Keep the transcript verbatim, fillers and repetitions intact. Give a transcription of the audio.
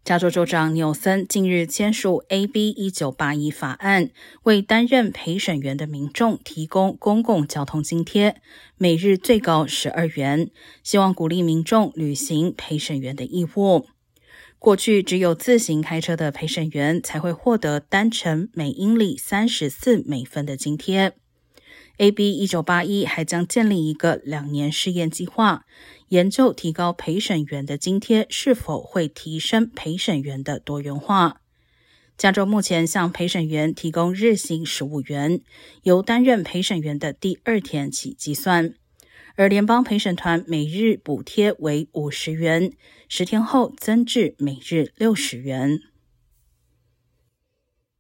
加州州长纽森近日签署 A B 一九八一 法案，为担任陪审员的民众提供公共交通津贴，每日最高十二元，希望鼓励民众履行陪审员的义务。过去只有自行开车的陪审员才会获得单程每英里三十四美分的津贴。A B 一九八一 还将建立一个两年试验计划，研究提高陪审员的津贴是否会提升陪审员的多元化。加州目前向陪审员提供日薪十五元，由担任陪审员的第二天起计算，而联邦陪审团每日补贴为五十元，十天后增至每日六十元。